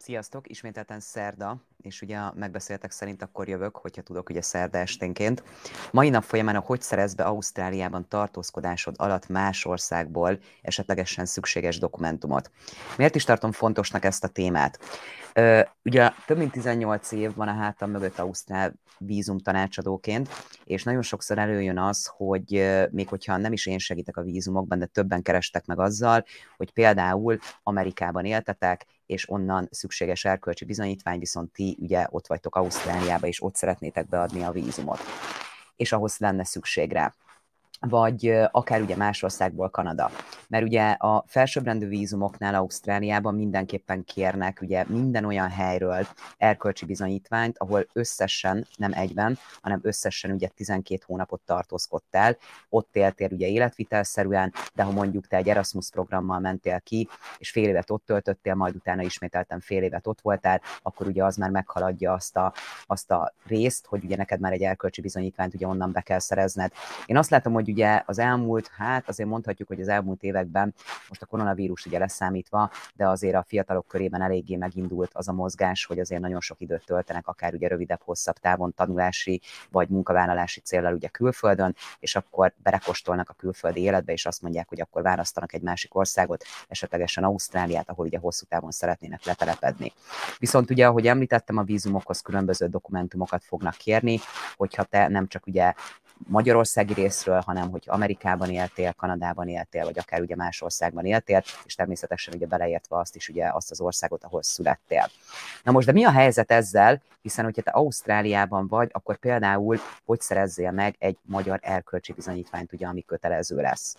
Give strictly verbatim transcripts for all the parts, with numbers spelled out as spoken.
Sziasztok, ismételten szerda, és ugye a megbeszéltek szerint akkor jövök, hogyha tudok, ugye szerda esténként. Mai nap folyamán a Hogy szerez be Ausztráliában tartózkodásod alatt más országból esetlegesen szükséges dokumentumot. Miért is tartom fontosnak ezt a témát? Ö, ugye több mint tizennyolc év van a hátam mögött ausztrál vízum tanácsadóként, és nagyon sokszor előjön az, hogy ö, még hogyha nem is én segítek a vízumokban, de többen kerestek meg azzal, hogy például Amerikában éltetek, és onnan szükséges erkölcsi bizonyítvány, viszont ti ugye ott vagytok Ausztráliába, és ott szeretnétek beadni a vízumot, és ahhoz lenne szükség rá. Vagy akár ugye más országból Kanada. Mert ugye a felsőbbrendű vízumoknál Ausztráliában mindenképpen kérnek ugye minden olyan helyről erkölcsi bizonyítványt, ahol összesen, nem egyben, hanem összesen ugye tizenkét hónapot tartózkodtál, ott éltél ugye életvitelszerűen, de ha mondjuk te egy Erasmus programmal mentél ki, és fél évet ott töltöttél, majd utána ismételten fél évet ott voltál, akkor ugye az már meghaladja azt a, azt a részt, hogy ugye neked már egy erkölcsi bizonyítványt ugye onnan be kell szerezned. Én azt látom, hogy ugye az elmúlt, hát azért mondhatjuk, hogy az elmúlt években, most a koronavírus ugye leszámítva, de azért a fiatalok körében eléggé megindult az a mozgás, hogy azért nagyon sok időt töltenek, akár ugye rövidebb, hosszabb távon tanulási vagy munkavállalási céllal ugye külföldön, és akkor berekostolnak a külföldi életbe, és azt mondják, hogy akkor választanak egy másik országot, esetlegesen Ausztráliát, ahol ugye hosszú távon szeretnének letelepedni. Viszont ugye, ahogy említettem, a vízumokhoz különböző dokumentumokat fognak kérni, hogyha te nem csak ugye magyarországi részről, hanem hogy Amerikában éltél, Kanadában éltél, vagy akár ugye más országban éltél, és természetesen ugye beleértve azt is ugye azt az országot, ahol születtél. Na most, de mi a helyzet ezzel, hiszen hogyha te Ausztráliában vagy, akkor például hogy szerezzél meg egy magyar erkölcsi bizonyítványt, ugye, ami kötelező lesz.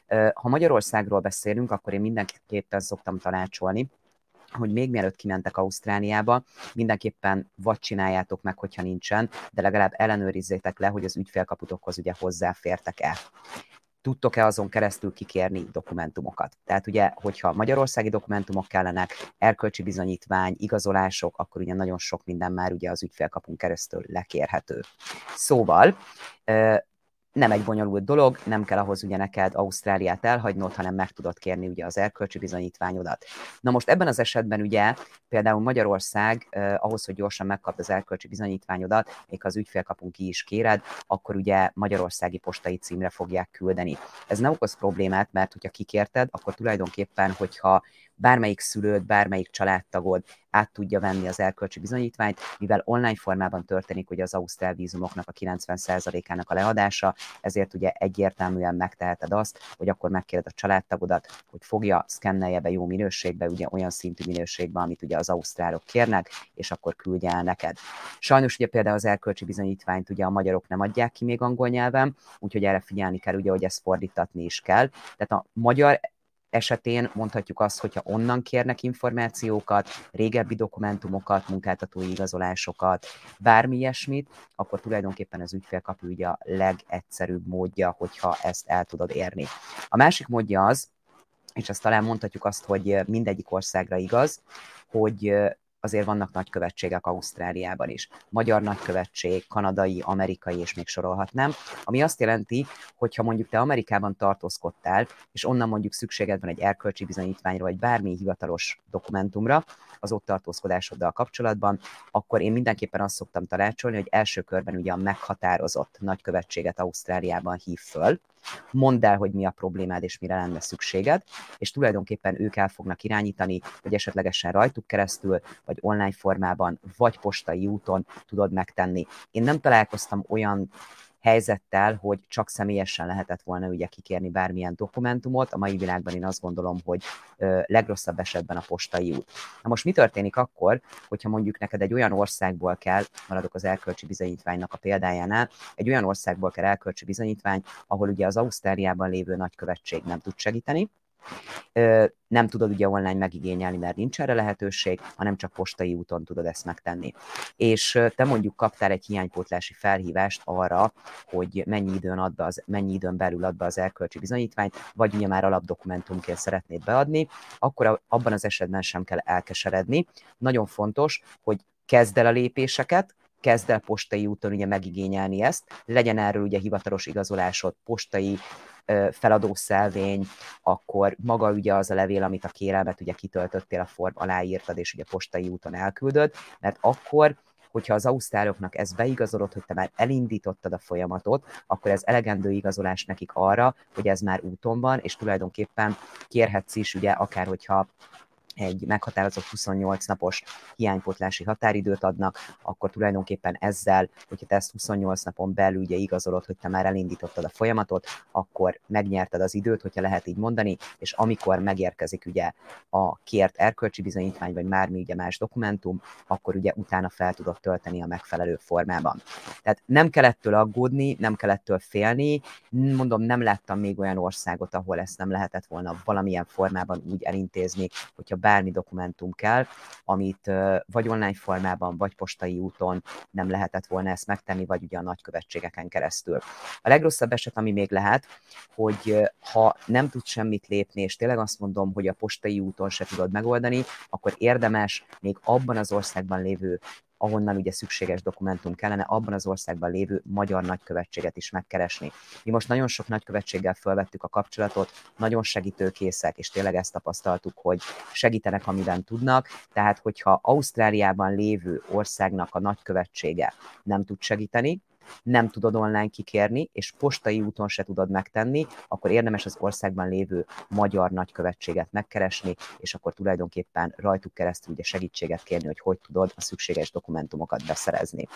Ha Magyarországról beszélünk, akkor én mindenképpen szoktam tanácsolni, hogy még mielőtt kimentek Ausztráliába, mindenképpen vagy csináljátok meg, hogyha nincsen, de legalább ellenőrizzétek le, hogy az ügyfélkaputokhoz ugye hozzáfértek-e. Tudtok-e azon keresztül kikérni dokumentumokat? Tehát ugye, hogyha magyarországi dokumentumok kellenek, erkölcsi bizonyítvány, igazolások, akkor ugye nagyon sok minden már ugye az ügyfélkapun keresztül lekérhető. Szóval, nem egy bonyolult dolog, nem kell ahhoz ugye neked Ausztráliát elhagynod, hanem meg tudod kérni ugye az erkölcsi bizonyítványodat. Na most ebben az esetben ugye például Magyarország eh, ahhoz, hogy gyorsan megkapd az erkölcsi bizonyítványodat, még ha az ügyfélkapun ki is kéred, akkor ugye magyarországi postai címre fogják küldeni. Ez nem okoz problémát, mert hogyha kikérted, akkor tulajdonképpen, hogyha bármelyik szülőd, bármelyik családtagod át tudja venni az erkölcsi bizonyítványt, mivel online formában történik ugye az ausztrál vízumoknak a kilencven százalékának a leadása, ezért ugye egyértelműen megteheted azt, hogy akkor megkéred a családtagodat, hogy fogja, szkennelje be jó minőségbe, ugye olyan szintű minőségben, amit ugye az ausztrálok kérnek, és akkor küldje el neked. Sajnos ugye például az erkölcsi bizonyítványt ugye a magyarok nem adják ki még angol nyelven, úgyhogy erre figyelni kell, ugye, hogy ezt fordítatni is kell. Tehát a magyar esetén mondhatjuk azt, hogyha onnan kérnek információkat, régebbi dokumentumokat, munkáltatói igazolásokat, bármi ilyesmit, akkor tulajdonképpen az ügyfélkapu ugye a legegyszerűbb módja, hogyha ezt el tudod érni. A másik módja az, és ezt talán mondhatjuk azt, hogy mindegyik országra igaz, hogy azért vannak nagykövetségek Ausztráliában is. Magyar nagykövetség, kanadai, amerikai, és még sorolhatnám, ami azt jelenti, hogy ha mondjuk te Amerikában tartózkodtál, és onnan mondjuk szükséged van egy erkölcsi bizonyítványra, vagy bármi hivatalos dokumentumra az ott tartózkodásoddal kapcsolatban, akkor én mindenképpen azt szoktam tanácsolni, hogy első körben ugye a meghatározott nagykövetséget Ausztráliában hív föl, mondd el, hogy mi a problémád és mire lenne szükséged, és tulajdonképpen ők el fognak irányítani, hogy esetlegesen rajtuk keresztül, vagy online formában, vagy postai úton tudod megtenni. Én nem találkoztam olyan helyzettel, hogy csak személyesen lehetett volna ugye kikérni bármilyen dokumentumot. A mai világban én azt gondolom, hogy ö, legrosszabb esetben a postai út. Na most mi történik akkor, hogyha mondjuk neked egy olyan országból kell, maradok az erkölcsi bizonyítványnak a példájánál, egy olyan országból kell erkölcsi bizonyítvány, ahol ugye az Ausztráliában lévő nagykövetség nem tud segíteni, nem tudod ugye online megigényelni, mert nincs erre lehetőség, hanem csak postai úton tudod ezt megtenni. És te mondjuk kaptál egy hiánypótlási felhívást arra, hogy mennyi időn, ad be az, mennyi időn belül ad be az erkölcsi bizonyítványt, vagy ugye már alapdokumentumként szeretnéd beadni, akkor abban az esetben sem kell elkeseredni. Nagyon fontos, hogy kezd el a lépéseket, kezd el postai úton ugye megigényelni ezt, legyen erről ugye hivatalos igazolásod, postai feladószelvény, akkor maga ugye az a levél, amit a kérelmet ugye kitöltöttél, a form aláírtad, és ugye postai úton elküldöd, mert akkor, hogyha az ausztráloknak ez beigazolod, hogy te már elindítottad a folyamatot, akkor ez elegendő igazolás nekik arra, hogy ez már úton van, és tulajdonképpen kérhetsz is, ugye, akár hogyha egy meghatározott huszonnyolc napos hiánypótlási határidőt adnak, akkor tulajdonképpen ezzel, hogyha te ezt huszonnyolc napon belül ugye igazolod, hogy te már elindítottad a folyamatot, akkor megnyerted az időt, hogyha lehet így mondani, és amikor megérkezik ugye a kért erkölcsi bizonyítvány, vagy bármi ugye más dokumentum, akkor ugye utána fel tudod tölteni a megfelelő formában. Tehát nem kell ettől aggódni, nem kell ettől félni, mondom, nem láttam még olyan országot, ahol ezt nem lehetett volna valamilyen formában úgy elintézni, hogyha bármi dokumentum kell, amit vagy online formában, vagy postai úton nem lehetett volna ezt megtenni, vagy ugye a nagykövetségeken keresztül. A legrosszabb eset, ami még lehet, hogy ha nem tudsz semmit lépni, és tényleg azt mondom, hogy a postai úton se tudod megoldani, akkor érdemes még abban az országban lévő, ahonnan ugye szükséges dokumentum kellene, abban az országban lévő magyar nagykövetséget is megkeresni. Mi most nagyon sok nagykövetséggel felvettük a kapcsolatot, nagyon segítőkészek, és tényleg ezt tapasztaltuk, hogy segítenek, amiben tudnak, tehát hogyha Ausztráliában lévő országnak a nagykövetsége nem tud segíteni, nem tudod online kikérni, és postai úton se tudod megtenni, akkor érdemes az országban lévő magyar nagykövetséget megkeresni, és akkor tulajdonképpen rajtuk keresztül ugye segítséget kérni, hogy hogy tudod a szükséges dokumentumokat beszerezni.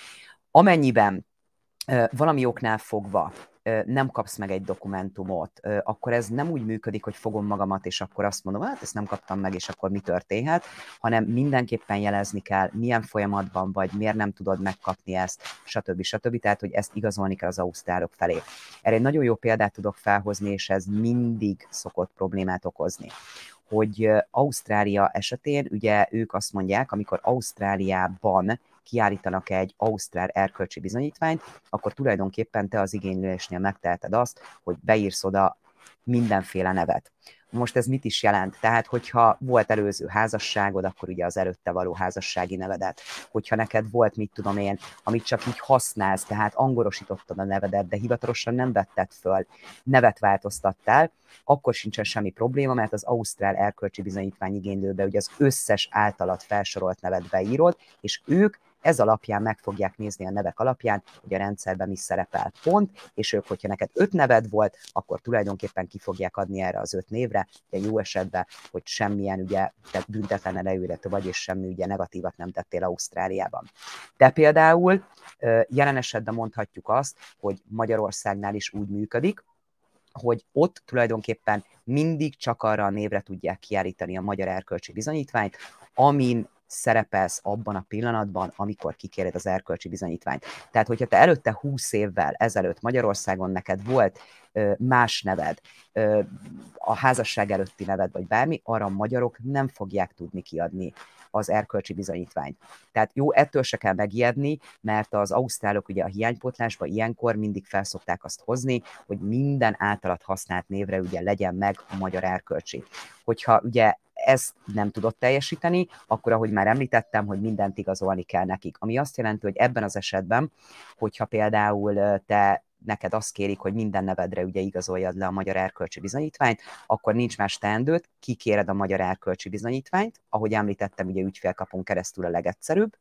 Amennyiben valami oknál fogva nem kapsz meg egy dokumentumot, akkor ez nem úgy működik, hogy fogom magamat, és akkor azt mondom, hát ezt nem kaptam meg, és akkor mi történhet, hanem mindenképpen jelezni kell, milyen folyamatban vagy, miért nem tudod megkapni ezt, stb. stb. Tehát, hogy ezt igazolni kell az ausztrálok felé. Erre egy nagyon jó példát tudok felhozni, és ez mindig szokott problémát okozni. Hogy Ausztrália esetén, ugye ők azt mondják, amikor Ausztráliában kiállítanak egy ausztrál erkölcsi bizonyítványt, akkor tulajdonképpen te az igénylésnél megteheted azt, hogy beírsz oda mindenféle nevet. Most ez mit is jelent? Tehát, hogyha volt előző házasságod, akkor ugye az előtte való házassági nevedet. Hogyha neked volt, mit tudom én, amit csak így használsz, tehát angolosítottad a nevedet, de hivatalosan nem vetted föl, nevet változtattál, akkor sincsen semmi probléma, mert az ausztrál erkölcsi bizonyítvány igénylőbe ugye az összes általad felsorolt nevet beírod, és ők ez alapján meg fogják nézni a nevek alapján, hogy a rendszerben mi szerepel pont, és ők, hogyha neked öt neved volt, akkor tulajdonképpen ki fogják adni erre az öt névre, de jó esetben, hogy semmilyen ugye, te büntetlen erejűretű vagy, és semmi ugye negatívat nem tettél Ausztráliában. De például jelen esetben mondhatjuk azt, hogy Magyarországnál is úgy működik, hogy ott tulajdonképpen mindig csak arra a névre tudják kiállítani a magyar erkölcsi bizonyítványt, amin szerepelsz abban a pillanatban, amikor kikéred az erkölcsi bizonyítványt. Tehát, hogyha te előtte húsz évvel ezelőtt Magyarországon neked volt ö, más neved, ö, a házasság előtti neved, vagy bármi, arra a magyarok nem fogják tudni kiadni az erkölcsi bizonyítványt. Tehát jó, ettől se kell megijedni, mert az ausztrálok ugye a hiánypótlásban ilyenkor mindig felszokták azt hozni, hogy minden általad használt névre ugye legyen meg a magyar erkölcsi. Hogyha ugye ezt nem tudod teljesíteni, akkor ahogy már említettem, hogy mindent igazolni kell nekik. Ami azt jelenti, hogy ebben az esetben, hogyha például te neked azt kérik, hogy minden nevedre ugye igazoljad le a magyar erkölcsi bizonyítványt, akkor nincs más teendőd, kikéred a magyar erkölcsi bizonyítványt, ahogy említettem, ugye ügyfélkapon keresztül a legegyszerűbb,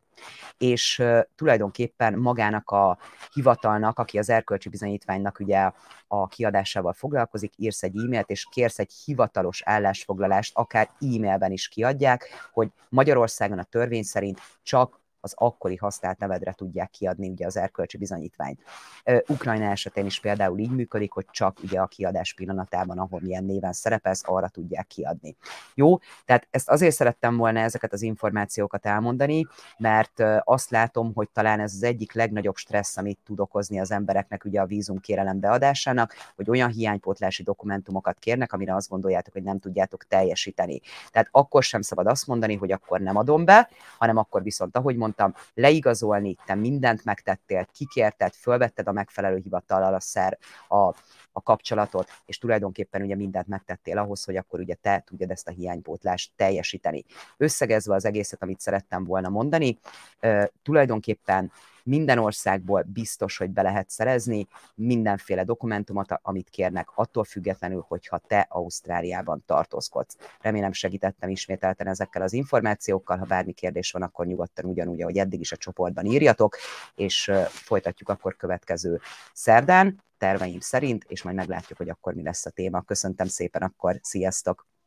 és uh, tulajdonképpen magának a hivatalnak, aki az erkölcsi bizonyítványnak ugye a kiadásával foglalkozik, írsz egy e-mailt, és kérsz egy hivatalos állásfoglalást, akár e-mailben is kiadják, hogy Magyarországon a törvény szerint csak az akkori használt nevedre tudják kiadni ugye az erkölcsi bizonyítványt. Uh, Ukrajna esetén is például így működik, hogy csak ugye a kiadás pillanatában, ahol milyen néven szerepelsz, arra tudják kiadni. Jó? Tehát ezt azért szerettem volna ezeket az információkat elmondani, mert uh, azt látom, hogy talán ez az egyik legnagyobb stressz, amit tud okozni az embereknek ugye a vízumkérelem beadásának, hogy olyan hiánypótlási dokumentumokat kérnek, amire azt gondoljátok, hogy nem tudjátok teljesíteni. Tehát akkor sem szabad azt mondani, hogy akkor nem adom be, hanem akkor viszont, ahogy mondtam, leigazolni, te mindent megtettél, kikérted, fölvetted a megfelelő hivatallal a, szer, a a kapcsolatot, és tulajdonképpen ugye mindent megtettél ahhoz, hogy akkor ugye te tudjad ezt a hiánypótlást teljesíteni. Összegezve az egészet, amit szerettem volna mondani, uh, tulajdonképpen minden országból biztos, hogy be lehet szerezni mindenféle dokumentumot, amit kérnek, attól függetlenül, hogyha te Ausztráliában tartózkodsz. Remélem segítettem ismételten ezekkel az információkkal, ha bármi kérdés van, akkor nyugodtan ugyanúgy, ahogy eddig is a csoportban írjatok, és folytatjuk akkor következő szerdán, terveim szerint, és majd meglátjuk, hogy akkor mi lesz a téma. Köszöntem szépen, akkor sziasztok!